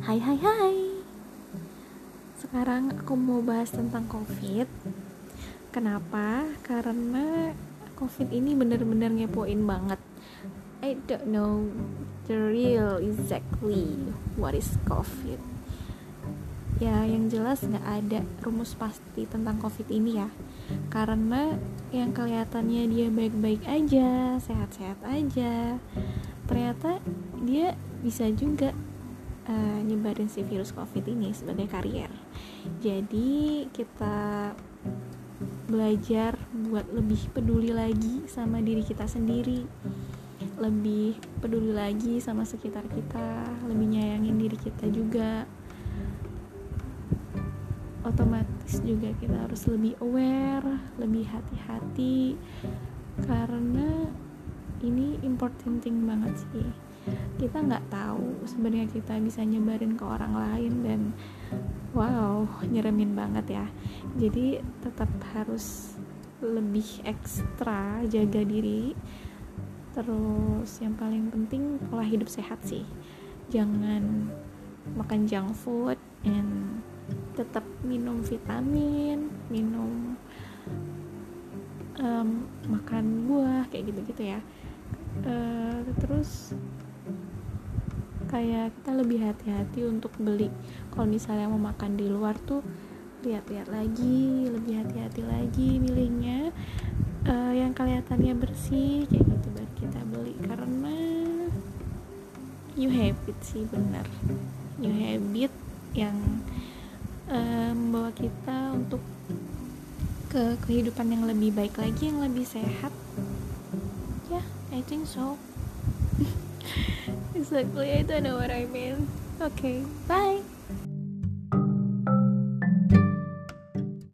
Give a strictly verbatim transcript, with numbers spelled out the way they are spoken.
Hai hai hai. Sekarang aku mau bahas tentang COVID. Kenapa? Karena COVID ini bener-bener ngepoin banget. I don't know the real exactly what is COVID. Ya, yang jelas gak ada rumus pasti tentang COVID ini ya. Karena yang kelihatannya dia baik-baik aja, sehat-sehat aja, ternyata dia bisa juga uh, nyebarin si virus COVID ini sebagai karier. Jadi kita belajar buat lebih peduli lagi sama diri kita sendiri, lebih peduli lagi sama sekitar kita, lebih nyayangin diri kita juga. Otomatis juga kita harus lebih aware, lebih hati-hati, karena ini important thing banget sih. Kita nggak tahu sebenarnya kita bisa nyebarin ke orang lain, dan wow, nyeremin banget ya. Jadi tetap harus lebih ekstra jaga diri. Terus yang paling penting pola hidup sehat sih. Jangan makan junk food, and tetap minum vitamin, minum um, makan buah kayak gitu-gitu ya. Uh, terus kayak kita lebih hati-hati untuk beli. Kalau misalnya mau makan di luar tuh lihat-lihat lagi, lebih hati-hati lagi milihnya, uh, yang kelihatannya bersih kayak gitu baru kita beli. Karena new habit sih, benar, new habit yang uh, membawa kita untuk ke kehidupan yang lebih baik lagi, yang lebih sehat. Ya, yeah, I think so. Exactly, I don't know what I mean. Okay, bye.